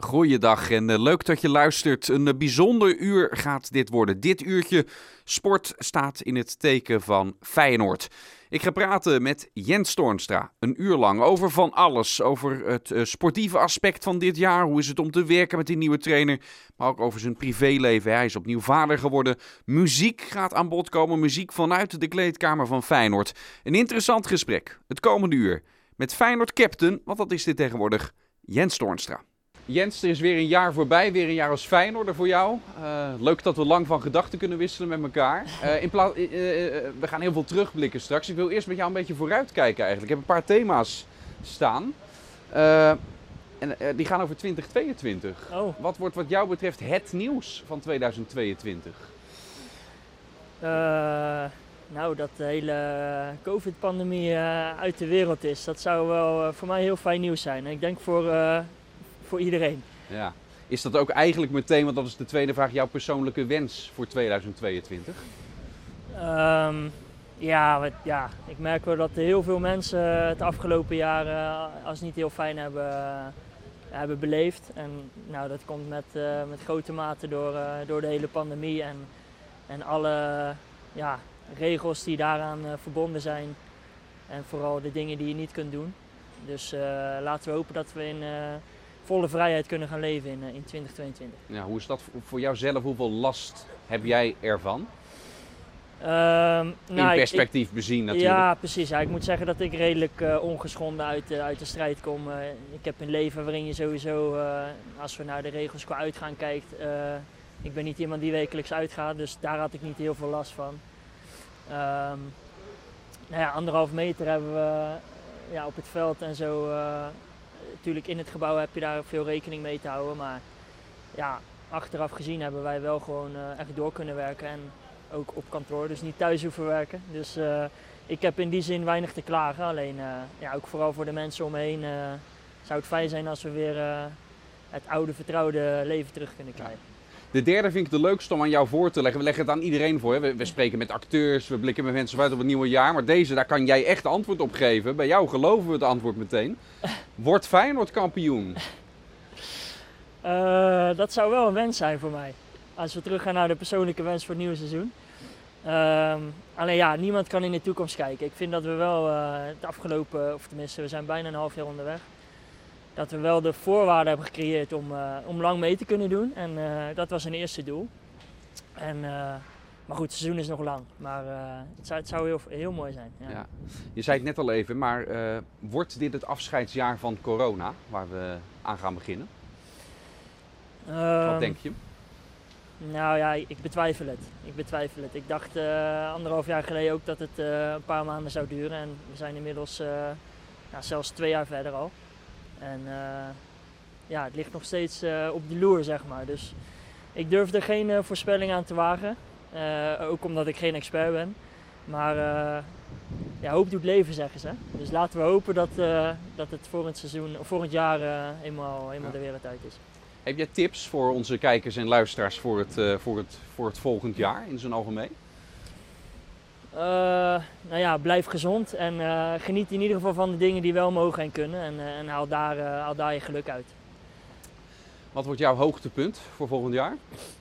Goeiedag en leuk dat je luistert. Een bijzonder uur gaat dit worden. Dit uurtje sport staat in het teken van Feyenoord. Ik ga praten met Jens Toornstra, een uur lang, over van alles. Over het sportieve aspect van dit jaar, hoe is het om te werken met die nieuwe trainer. Maar ook over zijn privéleven, hij is opnieuw vader geworden. Muziek gaat aan bod komen, muziek vanuit de kleedkamer van Feyenoord. Een interessant gesprek, het komende uur, met Feyenoord-captain, want dat is dit tegenwoordig, Jens Toornstra. Jens, er is weer een jaar voorbij, weer een jaar als Feyenoorder voor jou. Leuk dat we lang van gedachten kunnen wisselen met elkaar. We gaan heel veel terugblikken straks. Ik wil eerst met jou een beetje vooruitkijken eigenlijk. Ik heb een paar thema's staan. Die gaan over 2022. Oh. Wat wordt wat jou betreft het nieuws van 2022? Nou, dat de hele COVID-pandemie uit de wereld is. Dat zou wel voor mij heel fijn nieuws zijn. En ik denk voor iedereen. Ja. Is dat ook eigenlijk meteen, want dat is de tweede vraag, jouw persoonlijke wens voor 2022? Ja, ik merk wel dat heel veel mensen het afgelopen jaar als niet heel fijn hebben beleefd. En nou, dat komt met grote mate door de hele pandemie en alle regels die daaraan verbonden zijn. En vooral de dingen die je niet kunt doen. Dus laten we hopen dat we in volle vrijheid kunnen gaan leven in 2022. Ja, hoe is dat voor jouzelf? Hoeveel last heb jij ervan? In perspectief bezien natuurlijk. Ja, precies. Ja, ik moet zeggen dat ik redelijk ongeschonden uit de strijd kom. Ik heb een leven waarin je sowieso, als we naar de regels qua uitgaan kijkt, ik ben niet iemand die wekelijks uitgaat, dus daar had ik niet heel veel last van. 1,5 meter hebben we op het veld en zo. Natuurlijk in het gebouw heb je daar veel rekening mee te houden, maar ja, achteraf gezien hebben wij wel gewoon echt door kunnen werken en ook op kantoor, dus niet thuis hoeven werken. Dus ik heb in die zin weinig te klagen, alleen ook vooral voor de mensen om me heen zou het fijn zijn als we weer het oude vertrouwde leven terug kunnen krijgen. De derde vind ik de leukste om aan jou voor te leggen. We leggen het aan iedereen voor. Hè? We spreken met acteurs, we blikken met mensen vooruit op het nieuwe jaar. Maar deze, daar kan jij echt antwoord op geven. Bij jou geloven we het antwoord meteen. Wordt Feyenoord kampioen? Dat zou wel een wens zijn voor mij. Als we teruggaan naar de persoonlijke wens voor het nieuwe seizoen. Alleen ja, niemand kan in de toekomst kijken. Ik vind dat we wel het afgelopen, of tenminste we zijn bijna een half jaar onderweg. Dat we wel de voorwaarden hebben gecreëerd om lang mee te kunnen doen. En dat was een eerste doel. Maar goed, het seizoen is nog lang. Maar het zou heel mooi zijn. Ja. Ja. Je zei het net al even, maar wordt dit het afscheidsjaar van corona, waar we aan gaan beginnen? Wat denk je? Nou ja, ik betwijfel het. Ik dacht 1,5 jaar geleden ook dat het een paar maanden zou duren. En we zijn inmiddels zelfs 2 jaar verder al. En het ligt nog steeds op de loer, zeg maar. Dus ik durf er geen voorspelling aan te wagen. Ook omdat ik geen expert ben. Maar hoop doet leven, zeggen ze. Dus laten we hopen dat het volgend jaar eenmaal de wereld uit is. Heb jij tips voor onze kijkers en luisteraars voor het volgend jaar in zijn algemeen? Blijf gezond en geniet in ieder geval van de dingen die wel mogen en kunnen. En haal daar je geluk uit. Wat wordt jouw hoogtepunt voor volgend jaar?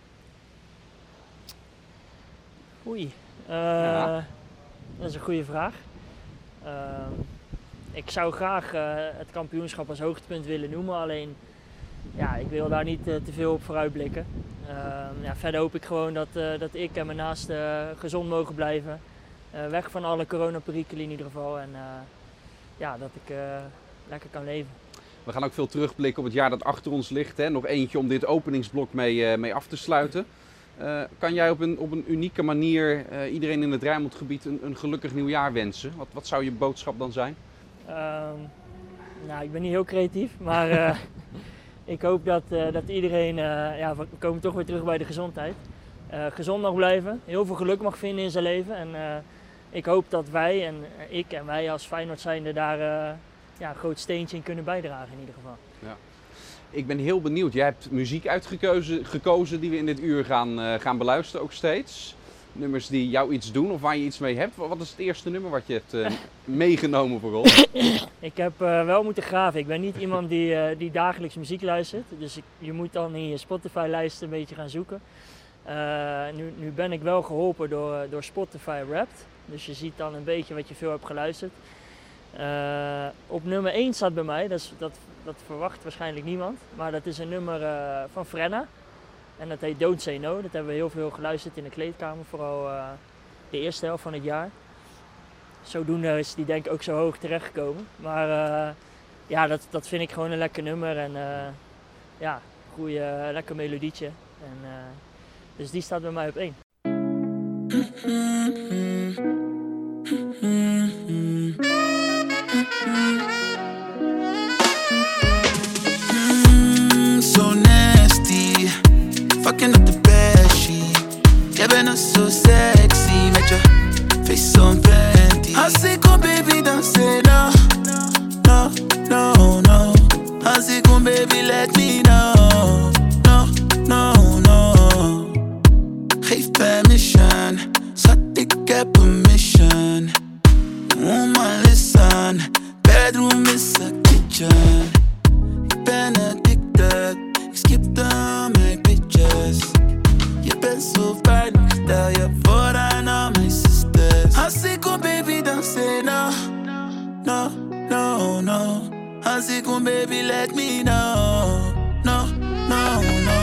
Oei, dat is een goede vraag. Ik zou graag het kampioenschap als hoogtepunt willen noemen, alleen ik wil daar niet te veel op vooruitblikken. Verder hoop ik gewoon dat ik en mijn naasten gezond mogen blijven. Weg van alle coronaperikelen in ieder geval en dat ik lekker kan leven. We gaan ook veel terugblikken op het jaar dat achter ons ligt. Hè? Nog eentje om dit openingsblok mee af te sluiten. Kan jij op een unieke manier iedereen in het Rijnmondgebied een gelukkig nieuwjaar wensen? Wat zou je boodschap dan zijn? Ik ben niet heel creatief, maar ik hoop dat iedereen, we komen toch weer terug bij de gezondheid. Gezond mag blijven, heel veel geluk mag vinden in zijn leven. En ik hoop dat wij en ik en wij als Feyenoord zijnde daar een groot steentje in kunnen bijdragen in ieder geval. Ja. Ik ben heel benieuwd. Jij hebt muziek uitgekozen die we in dit uur gaan beluisteren ook steeds. nummers die jou iets doen of waar je iets mee hebt. Wat is het eerste nummer wat je hebt meegenomen voor ons? Ik heb wel moeten graven. Ik ben niet iemand die dagelijks muziek luistert. Dus je moet dan in je Spotify-lijst een beetje gaan zoeken. Nu ben ik wel geholpen door Spotify Wrapped. Dus je ziet dan een beetje wat je veel hebt geluisterd. Op nummer 1 staat bij mij, dat verwacht waarschijnlijk niemand. Maar dat is een nummer van Frenna. En dat heet Don't Say No. Dat hebben we heel veel geluisterd in de kleedkamer. Vooral de eerste helft van het jaar. Zodoende is die denk ik ook zo hoog terechtgekomen. Maar ja, dat vind ik gewoon een lekker nummer. En ja, lekker melodietje. En, dus die staat bij mij op 1. So nasty, fucking up the bedsheet. Jij bent nog zo sexy met je face zo Fenty. Als ik kom baby dan say no, no, no, no. Als ik kom baby let me know, no, no, no. Geef permission, schat ik heb permission. Woman listen, bedroom is a kitchen. Ik ben addicted, ik skip dan mijn bitches. Je bent zo fijn, stel je voor aan al mijn sisters. Als ik kom baby dan say no, no, no, no. Als ik kom baby let me know, no, no, no.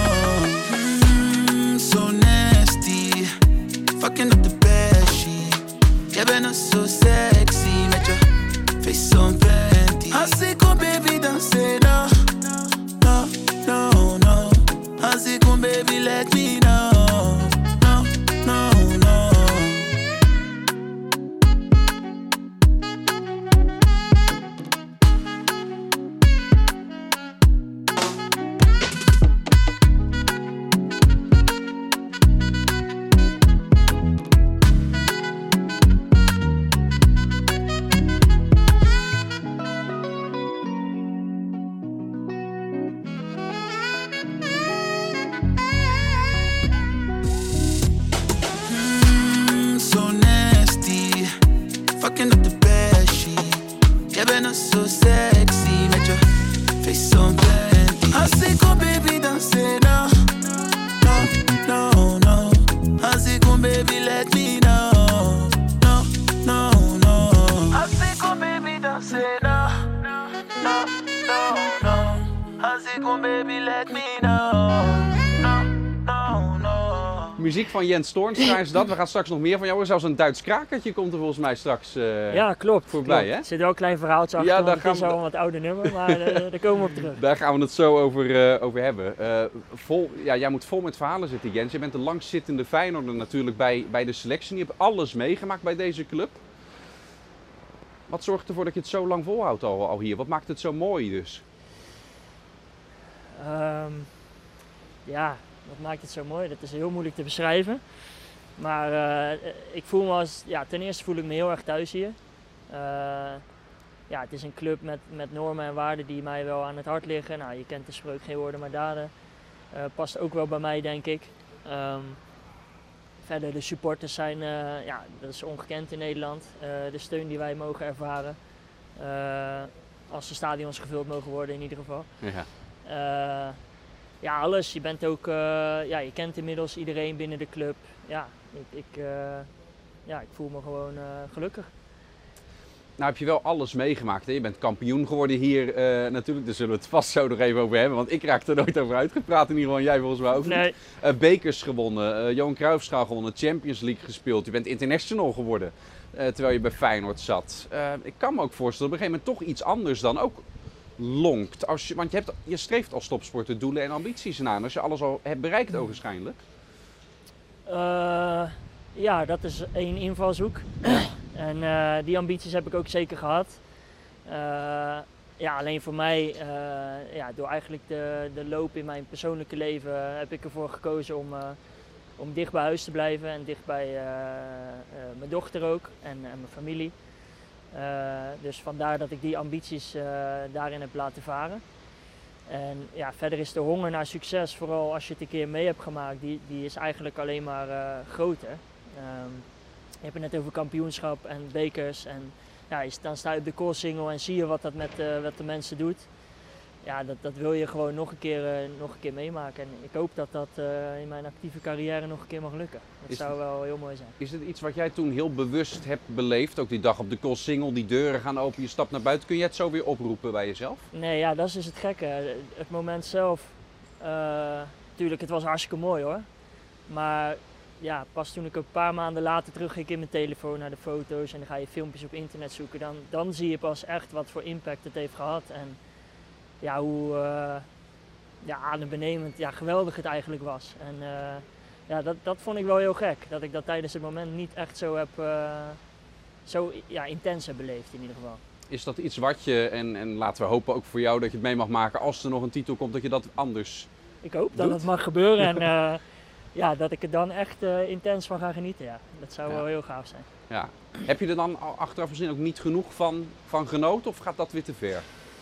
So nasty, fucking up the bedsheet. Jij bent nog zo sexy met je face zo Fenty. Als ik kom baby dan say no, no, no, no. Als ik kom baby let me know, no, no, no. So nasty, fucking up the bedsheet. Jij bent nog zo sexy met je face zo Fenty. Als ik kom baby dan say no, no, no, no. Als ik kom baby let me know, no, no, no. Als ik kom baby dan say no, no, no, no. Als ik kom baby let me know, no, no, no. Muziek van Jens Toornstra is dat. We gaan straks nog meer van jou horen. Zelfs een Duits krakertje komt er volgens mij straks Ja, klopt. voorbij. Klopt. Hè? Er zit wel een klein verhaaltje achter, Ja, daar want het is gaan we- al een wat oude nummer, maar daar komen we op terug. Daar gaan we het zo over hebben. Jij moet vol met verhalen zitten, Jens. Je bent de langstzittende Feyenoorder natuurlijk bij de selectie. Je hebt alles meegemaakt bij deze club. Wat zorgt ervoor dat je het zo lang volhoudt al hier? Wat maakt het zo mooi dus? Ja, wat maakt het zo mooi? Dat is heel moeilijk te beschrijven. Maar ik voel me ten eerste voel ik me heel erg thuis hier. Ja, het is een club met normen en waarden die mij wel aan het hart liggen. Nou, je kent de spreuk geen woorden maar daden. Past ook wel bij mij, denk ik. Verder, de supporters zijn, dat is ongekend in Nederland. De steun die wij mogen ervaren. Als de stadions gevuld mogen worden in ieder geval. Ja. Ja, alles. Je bent ook, je kent inmiddels iedereen binnen de club. Ja, ik voel me gewoon gelukkig. Nou heb je wel alles meegemaakt. Hè? Je bent kampioen geworden hier natuurlijk. Daar zullen we het vast zo nog even over hebben. Want ik raak er nooit over uitgepraat. In ieder geval jij volgens mij ook niet. Nee. Bekers gewonnen. Johan Cruijffschaal gewonnen. Champions League gespeeld. Je bent international geworden. Terwijl je bij Feyenoord zat. Ik kan me ook voorstellen op een gegeven moment toch iets anders dan ook lonkt. Want je streeft als topsporter doelen en ambities na. En als je alles al hebt bereikt ogenschijnlijk. Ja, dat is één invalshoek. En die ambities heb ik ook zeker gehad. Alleen voor mij, door eigenlijk de loop in mijn persoonlijke leven, heb ik ervoor gekozen om dicht bij huis te blijven en dicht bij mijn dochter ook en mijn familie. Dus vandaar dat ik die ambities daarin heb laten varen. En ja, verder is de honger naar succes, vooral als je het een keer mee hebt gemaakt, die is eigenlijk alleen maar groter. Je hebt het net over kampioenschap en bekers. En ja, dan sta je op de koolsingel en zie je wat dat met wat de mensen doet. Ja, dat wil je gewoon nog een keer meemaken. En ik hoop dat dat in mijn actieve carrière nog een keer mag lukken. Dat zou wel heel mooi zijn. Is het iets wat jij toen heel bewust hebt beleefd? Ook die dag op de Koolsingel, die deuren gaan open, je stapt naar buiten. Kun je het zo weer oproepen bij jezelf? Nee, ja, dat is dus het gekke. Het moment zelf, natuurlijk, het was hartstikke mooi hoor. Maar ja, pas toen ik een paar maanden later terugging in mijn telefoon naar de foto's en dan ga je filmpjes op internet zoeken, dan zie je pas echt wat voor impact het heeft gehad. En ja, hoe adembenemend, ja, geweldig het eigenlijk was. En dat vond ik wel heel gek. Dat ik dat tijdens het moment niet echt zo intens heb beleefd in ieder geval. Is dat iets wat je, en laten we hopen ook voor jou dat je het mee mag maken als er nog een titel komt, dat je dat anders Ik hoop doet? dat het mag gebeuren en dat ik er dan echt intens van ga genieten. Ja. Dat zou wel heel gaaf zijn. Ja. Heb je er dan achteraf gezien ook niet genoeg van genoten of gaat dat weer te ver?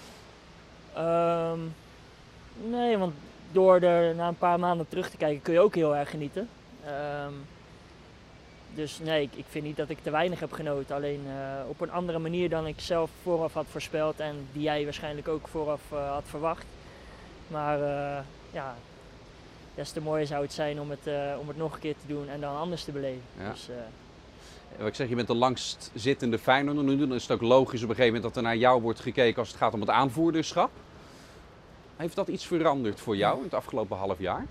Nee, want door er na een paar maanden op terug te kijken kun je ook heel erg genieten. Dus nee, ik vind niet dat ik te weinig heb genoten. Alleen op een andere manier dan ik zelf vooraf had voorspeld en die jij waarschijnlijk ook vooraf had verwacht. Maar des te mooier zou het zijn om het nog een keer te doen en dan anders te beleven. Ja. Dus, Ik zeg, je bent de langst zittende Feyenoorder nu, dan is het ook logisch op een gegeven moment dat er naar jou wordt gekeken als het gaat om het aanvoerderschap. Heeft dat iets veranderd voor jou in het afgelopen half jaar?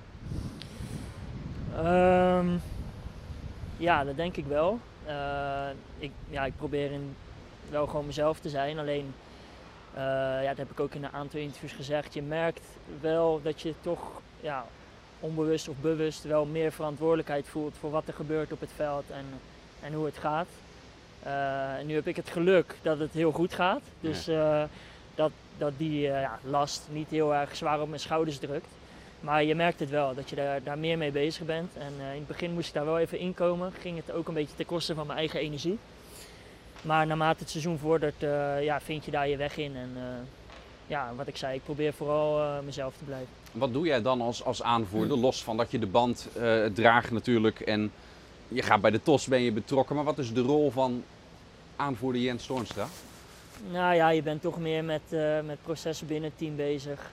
Ja, dat denk ik wel. Ik probeer wel gewoon mezelf te zijn. Alleen, dat heb ik ook in een aantal interviews gezegd. Je merkt wel dat je toch onbewust of bewust wel meer verantwoordelijkheid voelt voor wat er gebeurt op het veld en hoe het gaat. En nu heb ik het geluk dat het heel goed gaat. Dus dat die last niet heel erg zwaar op mijn schouders drukt. Maar je merkt het wel, dat je daar meer mee bezig bent. En in het begin moest ik daar wel even inkomen. Ging het ook een beetje ten koste van mijn eigen energie. Maar naarmate het seizoen vordert, vind je daar je weg in. En wat ik zei, ik probeer vooral mezelf te blijven. Wat doe jij dan als aanvoerder? Los van dat je de band draagt natuurlijk en je gaat bij de TOS ben je betrokken. Maar wat is de rol van aanvoerder Jens Toornstra? Nou ja, je bent toch meer met processen binnen het team bezig.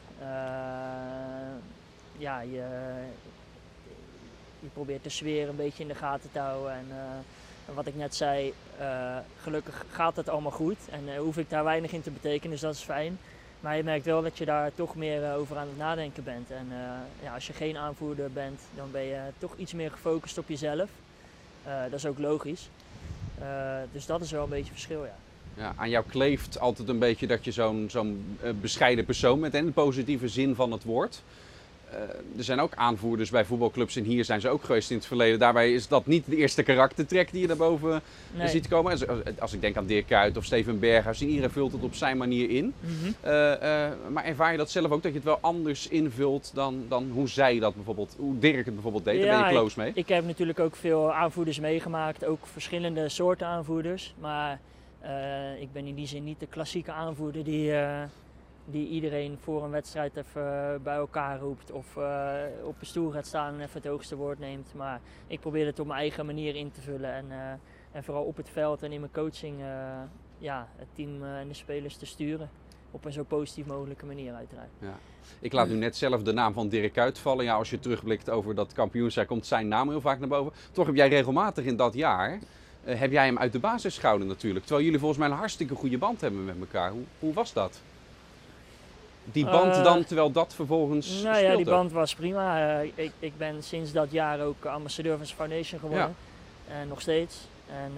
Je probeert de sfeer een beetje in de gaten te houden. En wat ik net zei, gelukkig gaat het allemaal goed. En hoef ik daar weinig in te betekenen, dus dat is fijn. Maar je merkt wel dat je daar toch meer over aan het nadenken bent. En als je geen aanvoerder bent, dan ben je toch iets meer gefocust op jezelf. Dat is ook logisch. Dus dat is wel een beetje het verschil, ja. Ja, aan jou kleeft altijd een beetje dat je zo'n bescheiden persoon bent, in de positieve zin van het woord. Er zijn ook aanvoerders bij voetbalclubs en hier zijn ze ook geweest in het verleden. Daarbij is dat niet de eerste karaktertrek die je daarboven ziet komen. Als ik denk aan Dirk Kuyt of Steven Berghuis, iedereen vult het op zijn manier in. Mm-hmm. Maar ervaar je dat zelf ook, dat je het wel anders invult dan hoe zij dat bijvoorbeeld, hoe Dirk het bijvoorbeeld deed? Daar ben je close mee. Ik heb natuurlijk ook veel aanvoerders meegemaakt, ook verschillende soorten aanvoerders. Maar ik ben in die zin niet de klassieke aanvoerder die iedereen voor een wedstrijd even bij elkaar roept of op een stoel gaat staan en even het hoogste woord neemt. Maar ik probeer het op mijn eigen manier in te vullen en vooral op het veld en in mijn coaching het team en de spelers te sturen. Op een zo positief mogelijke manier uiteraard. Ja. Ik laat nu net zelf de naam van Dirk Kuyt vallen. Ja, als je terugblikt over dat kampioenschap komt zijn naam heel vaak naar boven. Toch heb jij regelmatig in dat jaar, heb jij hem uit de basis gehouden natuurlijk. Terwijl jullie volgens mij een hartstikke goede band hebben met elkaar. Hoe was dat? Die band dan, terwijl dat vervolgens speelt? Ja, die band was prima. Ik ben sinds dat jaar ook ambassadeur van zijn foundation geworden. Ja. En nog steeds. En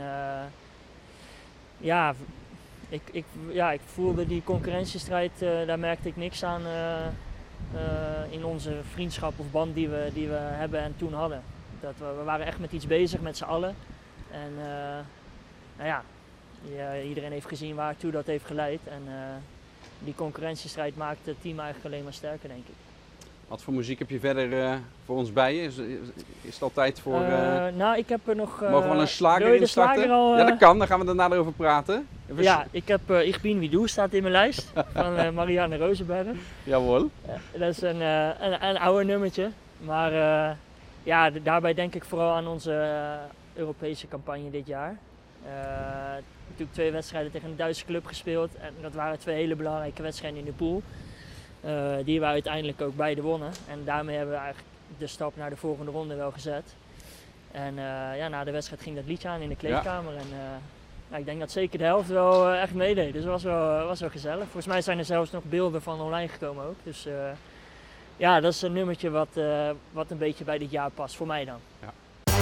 ik voelde die concurrentiestrijd, daar merkte ik niks aan in onze vriendschap of band die we hebben en toen hadden. We waren echt met iets bezig met z'n allen. En iedereen heeft gezien waartoe dat heeft geleid. En die concurrentiestrijd maakt het team eigenlijk alleen maar sterker, denk ik. Wat voor muziek heb je verder voor ons bij je? Is het al tijd voor... ik heb er nog... mogen we wel een slager instarten? Ja, dat kan. Dan gaan we daarna erover praten. Ik heb Ik bin wie du staat in mijn lijst. Van Marianne Rosenberg. Jawel. Dat is een oude nummertje. Maar daarbij denk ik vooral aan onze Europese campagne dit jaar. Natuurlijk 2 wedstrijden tegen een Duitse club gespeeld. En dat waren 2 hele belangrijke wedstrijden in de pool. Die we uiteindelijk ook beide wonnen. En daarmee hebben we eigenlijk de stap naar de volgende ronde wel gezet. En na de wedstrijd ging dat liedje aan in de kleedkamer. Ja. En ik denk dat zeker de helft wel echt meedeed. Dus het was wel gezellig. Volgens mij zijn er zelfs nog beelden van online gekomen ook. Dus dat is een nummertje wat een beetje bij dit jaar past, voor mij dan. Ja.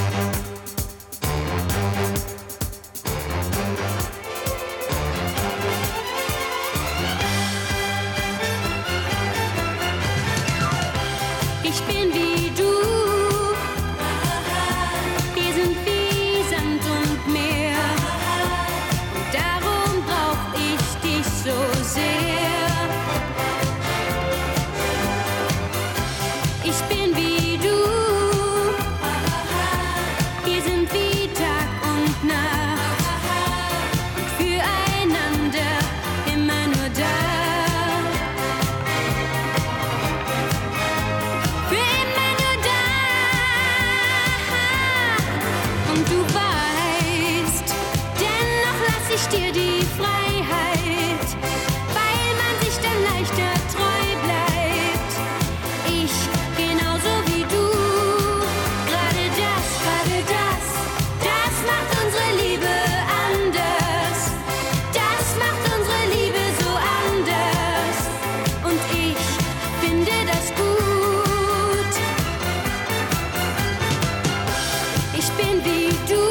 Ich bin wie du, wir sind wie Sand und Meer, und darum brauch ich dich so sehr. Ich bin wie du, wir sind wie Tag und Nacht, und füreinander immer nur da. Ich dir die Freiheit, weil man sich dann leichter treu bleibt. Ich genauso wie du. Gerade das macht unsere Liebe anders. Das macht unsere Liebe so anders. Und ich finde das gut. Ich bin wie du.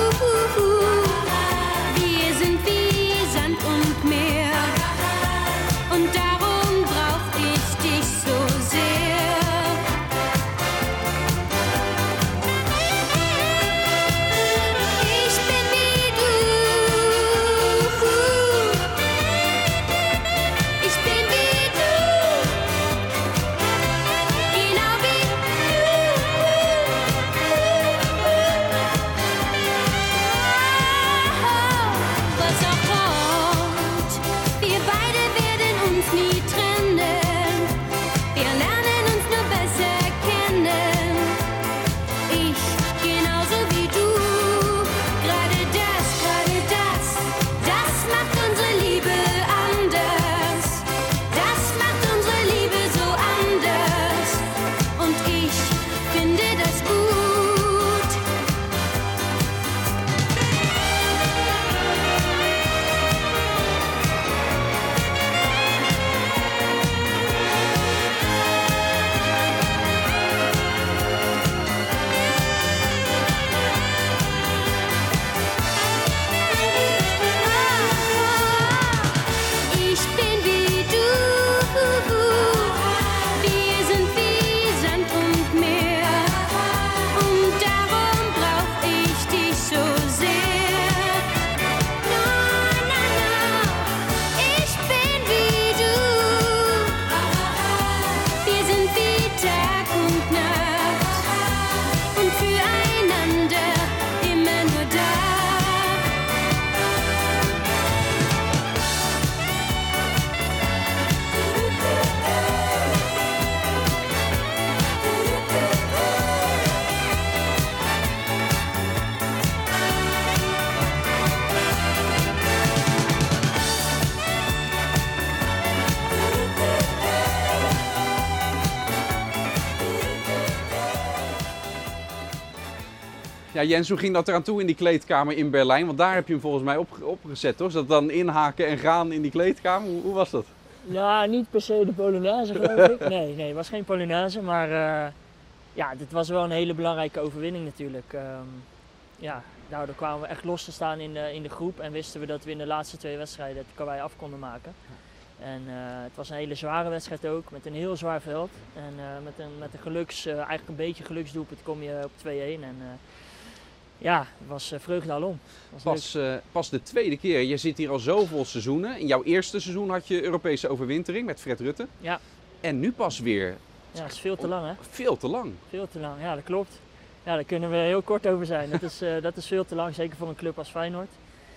Ja, Jens, hoe ging dat eraan toe in die kleedkamer in Berlijn? Want daar heb je hem volgens mij opgezet, toch? Is dat dan inhaken en gaan in die kleedkamer? Hoe was dat? Ja, niet per se de Polonaise, geloof ik. Nee, het was geen Polonaise, maar dit was wel een hele belangrijke overwinning natuurlijk. Daardoor kwamen we echt los te staan in de groep en wisten we dat we in de laatste 2 wedstrijden het karwei af konden maken. En het was een hele zware wedstrijd ook, met een heel zwaar veld. En met een eigenlijk een beetje geluksdoelpunt kom je op 2-1. En het was vreugde alom. Pas de tweede keer. Je zit hier al zoveel seizoenen. In jouw eerste seizoen had je Europese overwintering met Fred Rutte. Ja. En nu pas weer. Ja, dat is veel te lang, hè? Veel te lang. Veel te lang, ja, dat klopt. Ja, daar kunnen we heel kort over zijn. Dat is veel te lang, zeker voor een club als Feyenoord.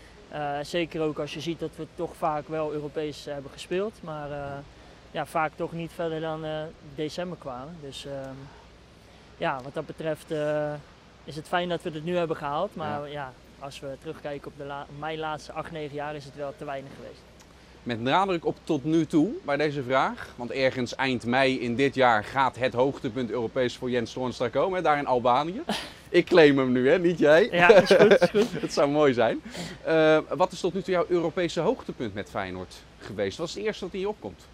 Zeker ook als je ziet dat we toch vaak wel Europees hebben gespeeld, maar vaak toch niet verder dan december kwamen. Dus wat dat betreft is het fijn dat we het nu hebben gehaald. Maar ja, als we terugkijken op mijn laatste 8-9 jaar is het wel te weinig geweest. Met nadruk op tot nu toe bij deze vraag. Want ergens eind mei in dit jaar gaat het hoogtepunt Europees voor Jens Toornstra komen. Hè, daar in Albanië. Ik claim hem nu, hè? Niet jij. Ja, is goed, is goed. Het zou mooi zijn. Wat is tot nu toe jouw Europese hoogtepunt met Feyenoord geweest? Wat is het eerste dat in je opkomt?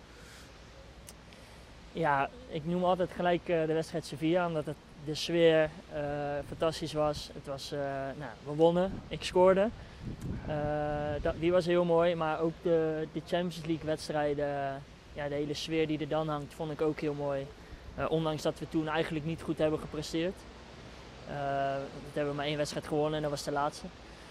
Ja, ik noem altijd gelijk de wedstrijd Sevilla, omdat de sfeer fantastisch was. Het was we wonnen, ik scoorde. Die was heel mooi, maar ook de Champions League wedstrijden, de hele sfeer die er dan hangt, vond ik ook heel mooi. Ondanks dat we toen eigenlijk niet goed hebben gepresteerd. We hebben maar 1 wedstrijd gewonnen en dat was de laatste.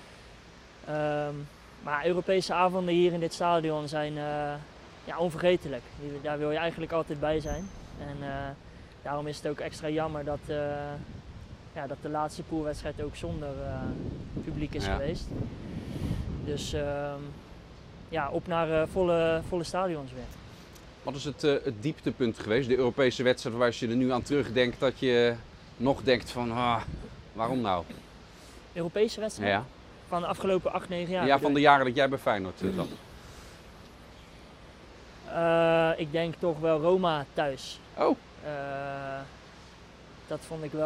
Maar Europese avonden hier in dit stadion zijn onvergetelijk. Daar wil je eigenlijk altijd bij zijn. En daarom is het ook extra jammer dat de laatste poolwedstrijd ook zonder publiek is geweest. Dus op naar volle stadions weer. Wat is het dieptepunt geweest? De Europese wedstrijd waar als je er nu aan terugdenkt dat je nog denkt van waarom nou? Europese wedstrijd? Ja. Van de afgelopen 8-9 jaar? Ja, van de jaren dat jij bij Feyenoord zat. Ik denk toch wel Roma thuis. Oh. Dat vond ik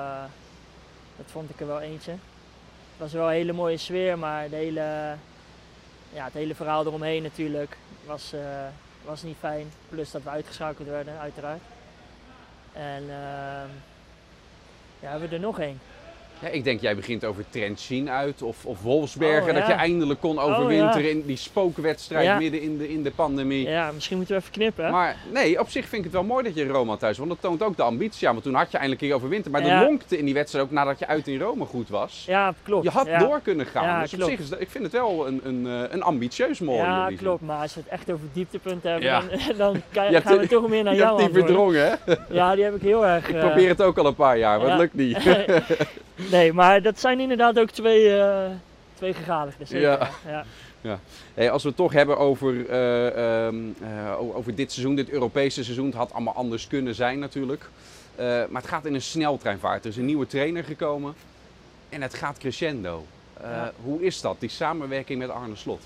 er wel eentje. Het was wel een hele mooie sfeer, maar het hele verhaal eromheen natuurlijk was niet fijn. Plus dat we uitgeschakeld werden, uiteraard. En hebben we er nog één. Ja, ik denk jij begint over Trentin uit of Wolfsberger, dat je eindelijk kon overwinteren in die spookwedstrijd midden in de pandemie. Ja, misschien moeten we even knippen. Hè? Maar nee, op zich vind ik het wel mooi dat je in Roma thuis was, want dat toont ook de ambitie. Ja, want toen had je eindelijk een keer overwinterd, maar de lonkte in die wedstrijd ook nadat je uit in Rome goed was. Ja, klopt. Je had door kunnen gaan, ja, dus op zich is ik vind het wel een ambitieus mooi. Ja, klopt, maar als we het echt over dieptepunten hebben, dan gaan we toch meer naar jou. Je hebt die verdrongen, hè? Ja, die heb ik heel erg. Ik probeer het ook al een paar jaar, maar het lukt niet. Nee, maar dat zijn inderdaad ook twee gegadigden. Ja. Hey, als we het toch hebben over dit seizoen, dit Europese seizoen, het had allemaal anders kunnen zijn natuurlijk. Maar het gaat in een sneltreinvaart. Er is een nieuwe trainer gekomen en het gaat crescendo. Hoe is dat, die samenwerking met Arne Slot?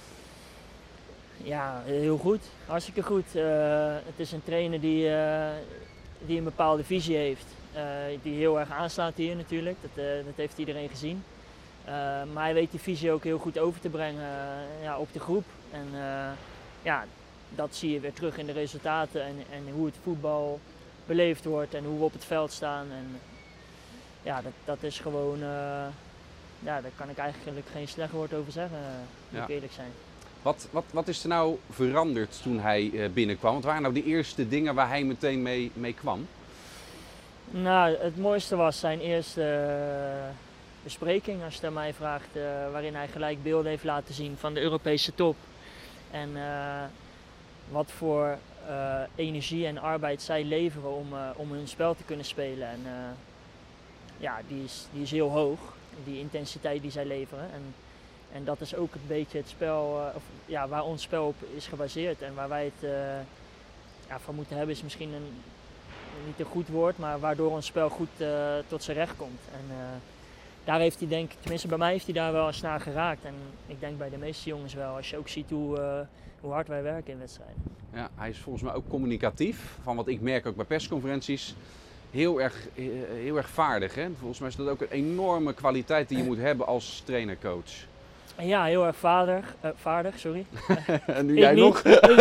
Ja, heel goed. Hartstikke goed. Het is een trainer die een bepaalde visie heeft. Die heel erg aanslaat hier natuurlijk, dat heeft iedereen gezien. Maar hij weet die visie ook heel goed over te brengen op de groep. En dat zie je weer terug in de resultaten en hoe het voetbal beleefd wordt en hoe we op het veld staan. En dat is gewoon, daar kan ik eigenlijk geen slecht woord over zeggen, moet ik eerlijk zijn. Wat is er nou veranderd toen hij binnenkwam? Wat waren nou de eerste dingen waar hij meteen mee kwam? Nou, het mooiste was zijn eerste bespreking, als je het aan mij vraagt, waarin hij gelijk beelden heeft laten zien van de Europese top. En wat voor energie en arbeid zij leveren om hun spel te kunnen spelen. En die is heel hoog, die intensiteit die zij leveren. En dat is ook een beetje het spel, waar ons spel op is gebaseerd. En waar wij het van moeten hebben is misschien niet een goed woord, maar waardoor ons spel goed tot zijn recht komt. En daar heeft hij tenminste bij mij heeft hij daar wel eens naar geraakt. En ik denk bij de meeste jongens wel, als je ook ziet hoe hard wij werken in wedstrijden. Ja, hij is volgens mij ook communicatief, van wat ik merk ook bij persconferenties. Heel erg vaardig, hè? Volgens mij is dat ook een enorme kwaliteit die je moet hebben als trainer-coach. Ja, heel erg vaardig, sorry. En nu jij nog?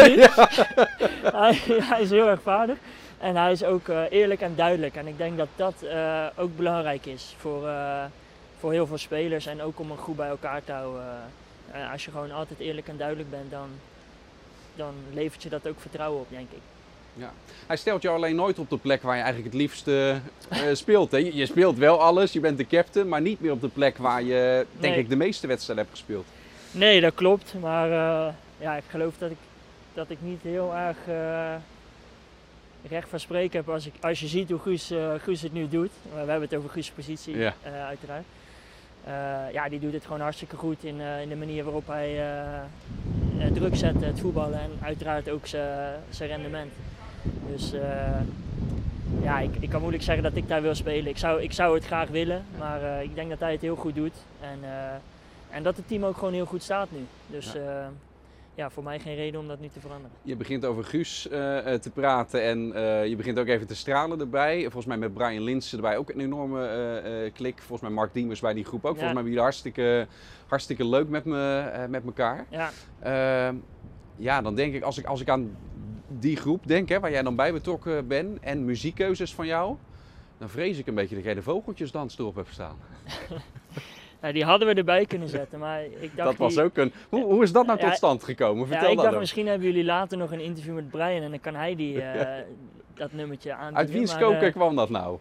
Hij is heel erg vaardig. En hij is ook eerlijk en duidelijk. En ik denk dat dat ook belangrijk is voor heel veel spelers. En ook om een groep bij elkaar te houden. Als je gewoon altijd eerlijk en duidelijk bent, dan levert je dat ook vertrouwen op, denk ik. Ja. Hij stelt jou alleen nooit op de plek waar je eigenlijk het liefst speelt. Hè? Je speelt wel alles, je bent de captain, maar niet meer op de plek waar je, denk ik, de meeste wedstrijden hebt gespeeld. Nee, dat klopt. Maar ik geloof dat ik niet heel erg recht van spreken heb als je ziet hoe Guus het nu doet. We hebben het over Guus' positie, uiteraard. Die doet het gewoon hartstikke goed in de manier waarop hij druk zet, het voetballen en uiteraard ook zijn rendement. Dus ik ik kan moeilijk zeggen dat ik daar wil spelen. Ik zou het graag willen, maar ik denk dat hij het heel goed doet. En dat het team ook gewoon heel goed staat nu. Dus voor mij geen reden om dat nu te veranderen. Je begint over Guus te praten en je begint ook even te stralen erbij. Volgens mij met Brian Linssen erbij ook een enorme klik. Volgens mij Mark Diemers bij die groep ook. Volgens mij ben jullie hartstikke leuk met elkaar. Ja. Dan denk ik, als ik aan die groep denk, hè, waar jij dan bij betrokken bent en muziekkeuzes van jou, dan vrees ik een beetje dat jij de vogeltjesdans erop hebt staan. Nou, die hadden we erbij kunnen zetten, maar ik dacht... Dat was ook een... Hoe is dat nou tot stand gekomen? Vertel ik dat dacht ook. Misschien hebben jullie later nog een interview met Brian en dan kan hij dat nummertje aanbieden. Uit wiens koker kwam dat nou?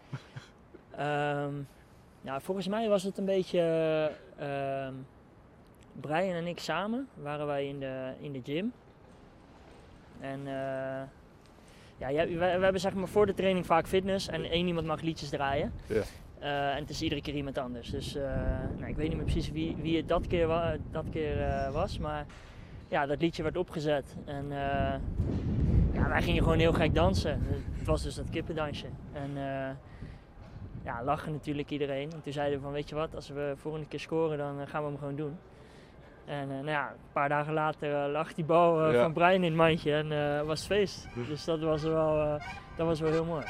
Volgens mij was het een beetje... Brian en ik samen waren wij in de gym. En we hebben zeg maar voor de training vaak fitness en één iemand mag liedjes draaien. Ja. En het is iedere keer iemand anders. Dus ik weet niet meer precies wie het dat keer was, maar ja, dat liedje werd opgezet. En wij gingen gewoon heel gek dansen. Het was dus dat kippendansje. En lachen natuurlijk iedereen. En toen zeiden we van, weet je wat, als we volgende keer scoren, dan gaan we hem gewoon doen. En een paar dagen later lag die bal van Brian in het mandje en was het feest. Dus dat was wel heel mooi.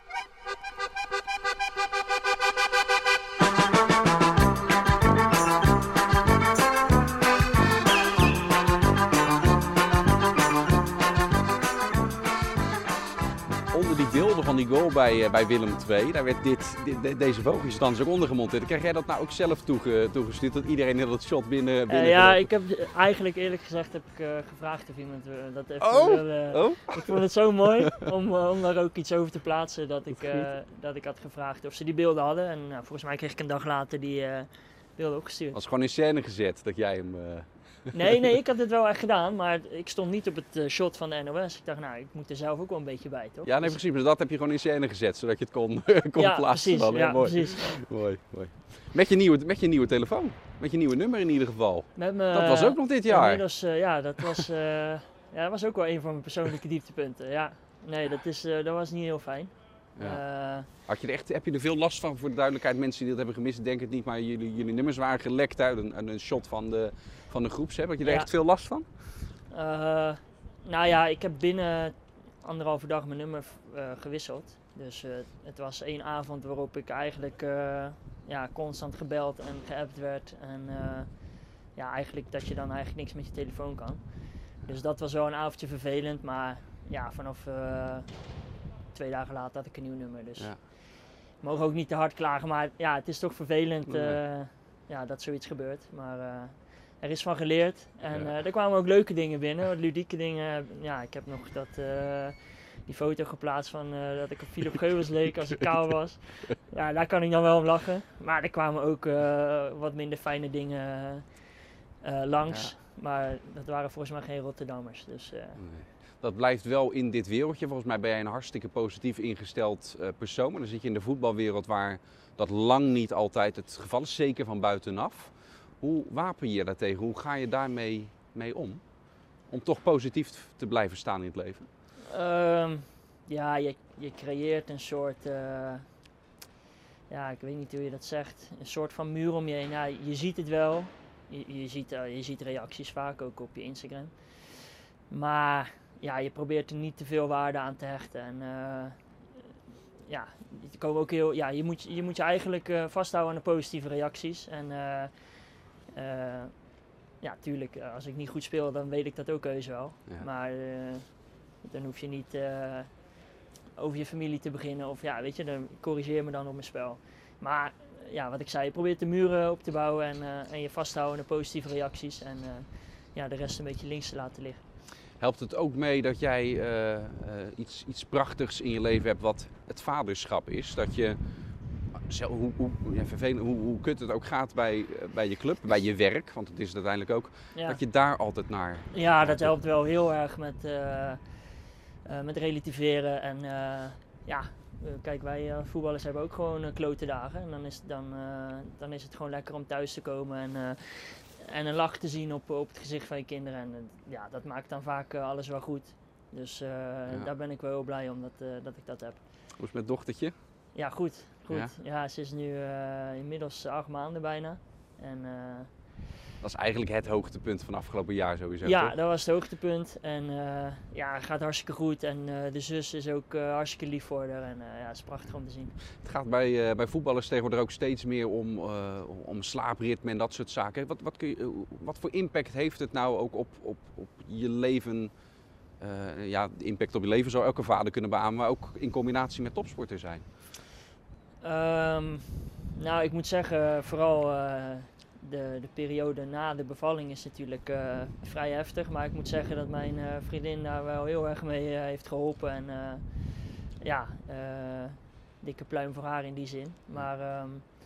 Onder die beelden van die goal bij Willem II, daar werd deze vogeltjesdans ook onder gemonteerd. Krijg jij dat nou ook zelf toegestuurd, dat iedereen heel dat shot binnen ik heb eigenlijk eerlijk gezegd gevraagd of iemand dat even wil. Ik vond het zo mooi om daar ook iets over te plaatsen dat ik had gevraagd of ze die beelden hadden. En volgens mij kreeg ik een dag later die beelden opgestuurd. Was gewoon in scène gezet dat jij hem... Nee, ik had het wel echt gedaan, maar ik stond niet op het shot van de NOS. Ik dacht, ik moet er zelf ook wel een beetje bij, toch? Ja, nee, precies. Dus dat heb je gewoon in scène gezet, zodat je het kon plaatsen. Precies, dan. ja, mooi. precies. Mooi. Met je nieuwe telefoon. Met je nieuwe nummer in ieder geval. Dat was ook nog dit jaar. Inmiddels, dat was ook wel een van mijn persoonlijke dieptepunten. Ja. Nee, dat was niet heel fijn. Ja. Heb je er veel last van, voor de duidelijkheid? Mensen die dat hebben gemist, denk het niet, maar jullie nummers waren gelekt uit een shot van de groepsapp. Had je er echt veel last van? Ik heb binnen 1,5 dag mijn nummer gewisseld. Dus het was 1 avond waarop ik eigenlijk constant gebeld en geappt werd. En eigenlijk dat je dan eigenlijk niks met je telefoon kan. Dus dat was wel een avondje vervelend, maar vanaf 2 dagen later had ik een nieuw nummer. Dus ik mogen ook niet te hard klagen, maar het is toch vervelend dat zoiets gebeurt. Maar er is van geleerd en er kwamen ook leuke dingen binnen, wat ludieke dingen. Ik heb nog die foto geplaatst van dat ik op Philip Geubels leek als ik kaal was. Ja, daar kan ik dan wel om lachen. Maar er kwamen ook wat minder fijne dingen langs. Ja. Maar dat waren volgens mij geen Rotterdammers. Dus, nee. Dat blijft wel in dit wereldje. Volgens mij ben jij een hartstikke positief ingesteld persoon. Maar dan zit je in de voetbalwereld waar dat lang niet altijd het geval is. Zeker van buitenaf. Hoe wapen je daartegen? Hoe ga je daarmee om? Om toch positief te blijven staan in het leven? Je creëert een soort, ik weet niet hoe je dat zegt, een soort van muur om je heen. Ja, je ziet het wel, je ziet reacties vaak, ook op je Instagram. Maar je probeert er niet te veel waarde aan te hechten. En komen ook je moet je eigenlijk vasthouden aan de positieve reacties. En tuurlijk, als ik niet goed speel, dan weet ik dat ook heus wel. Ja. Maar dan hoef je niet over je familie te beginnen of dan corrigeer me dan op mijn spel. Maar wat ik zei, je probeert de muren op te bouwen en je vasthouden aan de positieve reacties en de rest een beetje links te laten liggen. Helpt het ook mee dat jij iets prachtigs in je leven hebt wat het vaderschap is? Dat je, hoe kut het ook gaat bij je club, bij je werk, want het is het uiteindelijk ook, dat je daar altijd naar... Ja, dat helpt wel heel erg met relativeren en kijk, wij voetballers hebben ook gewoon klote dagen en dan is het gewoon lekker om thuis te komen en een lach te zien op het gezicht van je kinderen. En dat maakt dan vaak alles wel goed. Dus daar ben ik wel heel blij om dat ik dat heb. Hoe is het met dochtertje? Ja, goed. Ja? Ja, ze is nu inmiddels 8 maanden bijna. En, Dat is eigenlijk het hoogtepunt van afgelopen jaar sowieso, ja, toch? dat was het hoogtepunt. En ja, het gaat hartstikke goed. En de zus is ook hartstikke lief voor haar. En ja, het is prachtig om te zien. Het gaat bij voetballers tegenwoordig ook steeds meer om slaapritme en dat soort zaken. Wat voor impact heeft het nou ook op je leven? Ja, de impact op je leven zou elke vader kunnen beamen, maar ook in combinatie met topsporter zijn. Nou, ik moet zeggen, vooral de periode na de bevalling is natuurlijk vrij heftig. Maar ik moet zeggen dat mijn vriendin daar wel heel erg mee heeft geholpen. En ja, dikke pluim voor haar in die zin. Maar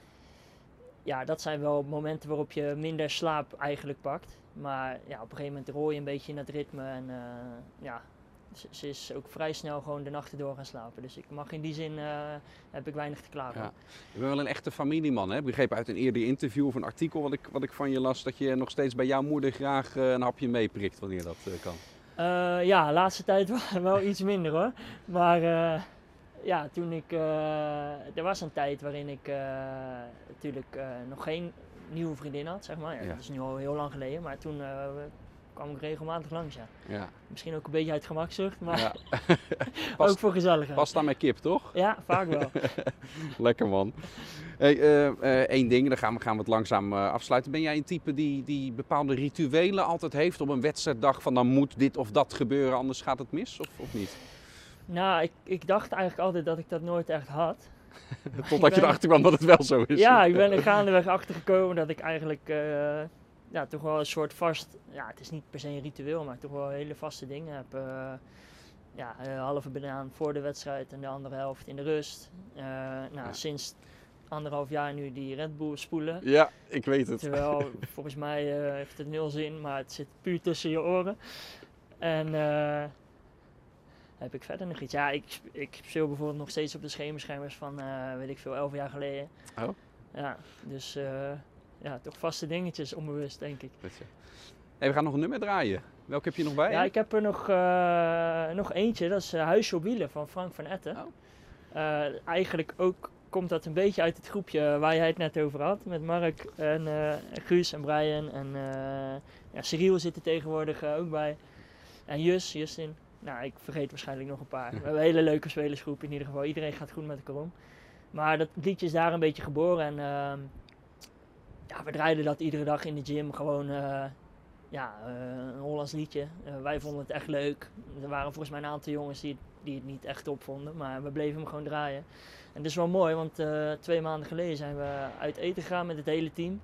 ja, dat zijn wel momenten waarop je minder slaap eigenlijk pakt. Maar ja, op een gegeven moment rol je een beetje in het ritme. En ja, ze is ook vrij snel gewoon de nachten door gaan slapen. Dus ik mag in die zin, heb ik weinig te klagen. Ja. Je bent wel een echte familieman, hè? Ik begreep uit een eerder interview of een artikel wat ik van je las, dat je nog steeds bij jouw moeder graag een hapje meeprikt wanneer dat kan. Ja, de laatste tijd wel iets minder hoor. Maar ja, toen ik, er was een tijd waarin ik natuurlijk nog geen nieuwe vriendin had, zeg maar. Ja, Ja. Dat is nu al heel lang geleden, maar toen kwam ik regelmatig langs, ja. Ja. Misschien ook een beetje uit gemakzucht, maar Ja. ook voor gezelligheid. Pasta met kip, toch? Ja, vaak wel. Lekker man. Hey, één ding, dan gaan we het langzaam afsluiten. Ben jij een type die bepaalde rituelen altijd heeft op een wedstrijddag? Van dan moet dit of dat gebeuren, anders gaat het mis of niet? Nou, ik dacht eigenlijk altijd dat ik dat nooit echt had. Totdat je erachter kwam dat het wel zo is. Ja, ik ben er gaandeweg achter gekomen dat ik eigenlijk ja, toch wel een soort vast, ja, het is niet per se een ritueel, maar toch wel hele vaste dingen heb. Ja, een halve banaan voor de wedstrijd en de andere helft in de rust. Nou, sinds 1,5 jaar nu die Red Bull spoelen. Ja, ik weet het. Terwijl volgens mij heeft het 0 zin, maar het zit puur tussen je oren. En heb ik verder nog iets? Ja, ik speel bijvoorbeeld nog steeds op de schemerschermers van, weet ik veel, 11 jaar geleden. Oh. Ja, dus ja, toch vaste dingetjes, onbewust denk ik. Hey, we gaan nog een nummer draaien. Welke heb je nog bij? Ja, ik heb er nog eentje, dat is Huisje op Wielen van Frank van Etten. Oh. Eigenlijk ook komt dat een beetje uit het groepje waar jij het net over had. Met Mark en Guus en Brian en ja, Cyril zit er tegenwoordig ook bij. En Justin. Nou, ik vergeet waarschijnlijk nog een paar. We hebben een hele leuke spelersgroep in ieder geval. Iedereen gaat goed met elkaar om. Maar dat liedje is daar een beetje geboren. En ja, we draaiden dat iedere dag in de gym. Gewoon ja, een Hollands liedje. Wij vonden het echt leuk. Er waren volgens mij een aantal jongens die het niet echt top vonden. Maar we bleven hem gewoon draaien. En dat is wel mooi, want 2 maanden geleden zijn we uit eten gegaan met het hele team.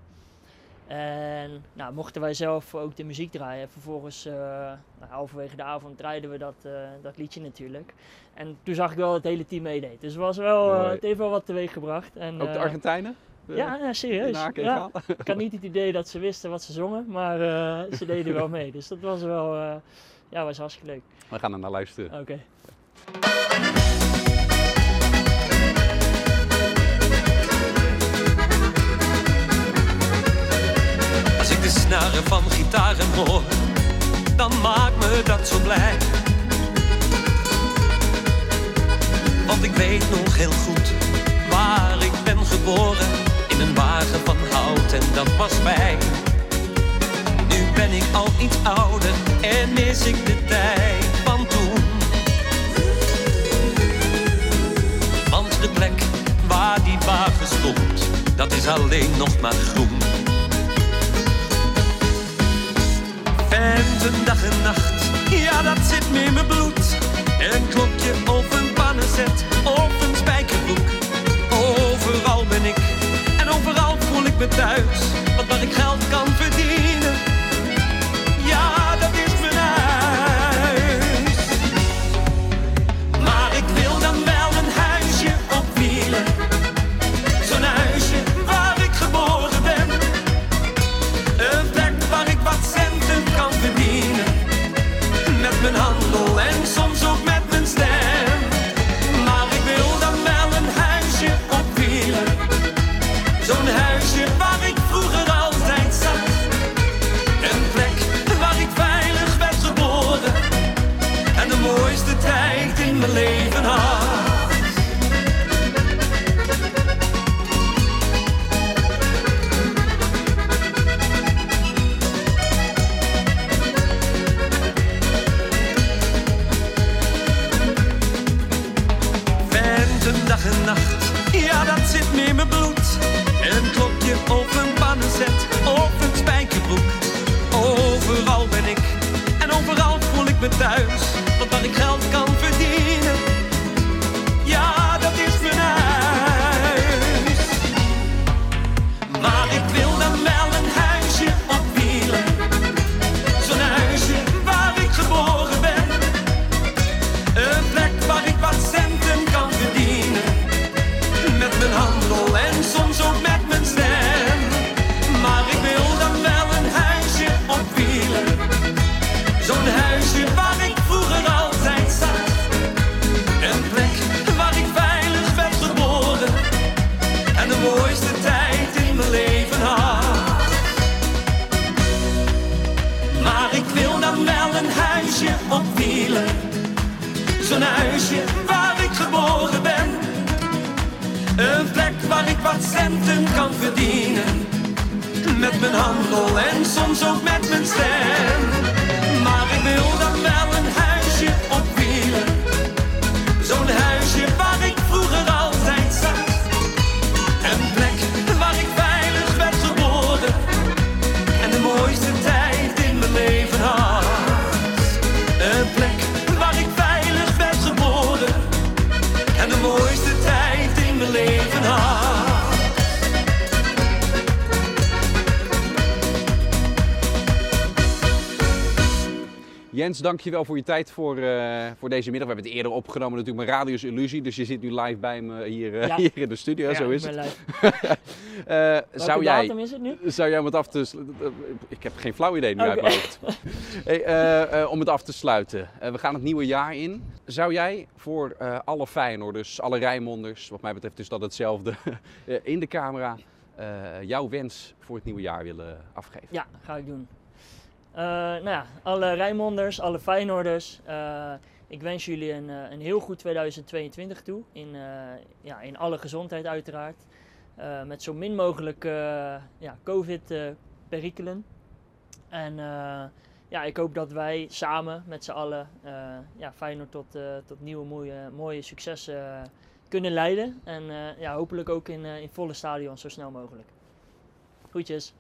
En nou, mochten wij zelf ook de muziek draaien. Vervolgens, halverwege de avond draaiden we dat liedje natuurlijk. En toen zag ik wel dat het hele team meedeed. Dus het heeft wel wat teweeg gebracht. En, ook de Argentijnen? Ja, serieus. Ja. Ik had niet het idee dat ze wisten wat ze zongen, maar ze deden wel mee. Dus dat was wel ja, was hartstikke leuk. We gaan er naar luisteren. Oké. Als ik de snaren van gitaren hoor, dan maakt me dat zo blij. Want ik weet nog heel goed waar ik ben geboren. In een wagen van hout en dat was fijn. Nu ben ik al iets ouder en mis ik de tijd van toen. Want de plek waar die wagen stond, dat is alleen nog maar groen. Venten dag en nacht, ja dat zit me in mijn bloed. Een klokje of een pannenzet of een spijkerbroek. Overal ben ik en overal voel ik me thuis. Want waar ik geld kan verdienen, ja dat is mijn huis. Maar ik wil dan wel een huisje op wielen. Zo'n huisje waar ik geboren ben. Een plek waar ik wat centen kan verdienen. Met mijn handel en soms ook met mijn stem. Maar ik wil dan wel een huisje op wielen. Zo'n huisje waar ik vroeger Dag en nacht, ja dat zit me in mijn bloed. Een klokje op een pannenzet of een spijkerbroek. Overal ben ik en overal voel ik me thuis. Want waar ik geld kan verdienen, ja dat is mijn huis. Maar ik wil dan wel een huisje op wielen. Zo'n huisje waar ik geboren ben. Een plek waar ik wat centen kan verdienen. Met mijn handel en soms ook met mijn stem. Maar ik wil dan wel een huisje op wielen. Zo'n huisje waar ik vroeger altijd zat. Een plek waar ik veilig werd geboren. En de mooiste tijd in mijn leven had. Maar ik wil dan wel een huisje op wielen. Zo'n huisje waar ik geboren ben. Een plek waar ik wat centen kan verdienen. Met mijn handel en soms ook met mijn stem. Maar ik wil dan wel een huisje op wielen. Zo'n huisje waar ik vroeger altijd zat. Een plek waar ik veilig werd geboren. En de mooiste tijd in mijn leven had. Een plek waar ik veilig werd geboren. En de mooiste tijd in mijn leven had. Jens, dankjewel voor je tijd voor deze middag. We hebben het eerder opgenomen natuurlijk met Radius Illusie. Dus je zit nu live bij me hier in de studio, Ja, zo is ik ben het. live. Zou datum is het nu? jij om het af te sluiten... Ik heb geen flauw idee nu uit Oké. mijn hoofd. Hey, om het af te sluiten. We gaan het nieuwe jaar in. Zou jij voor alle Feyenoorders, alle Rijnmonders, wat mij betreft is dat hetzelfde, in de camera jouw wens voor het nieuwe jaar willen afgeven? Ja, ga ik doen. Nou ja, alle Rijnmonders, alle Feyenoorders, ik wens jullie een heel goed 2022 toe. In alle gezondheid uiteraard. Met zo min mogelijk COVID-perikelen. En ik hoop dat wij samen met z'n allen Feyenoord tot nieuwe mooie successen kunnen leiden. En hopelijk ook in volle stadion zo snel mogelijk. Groetjes.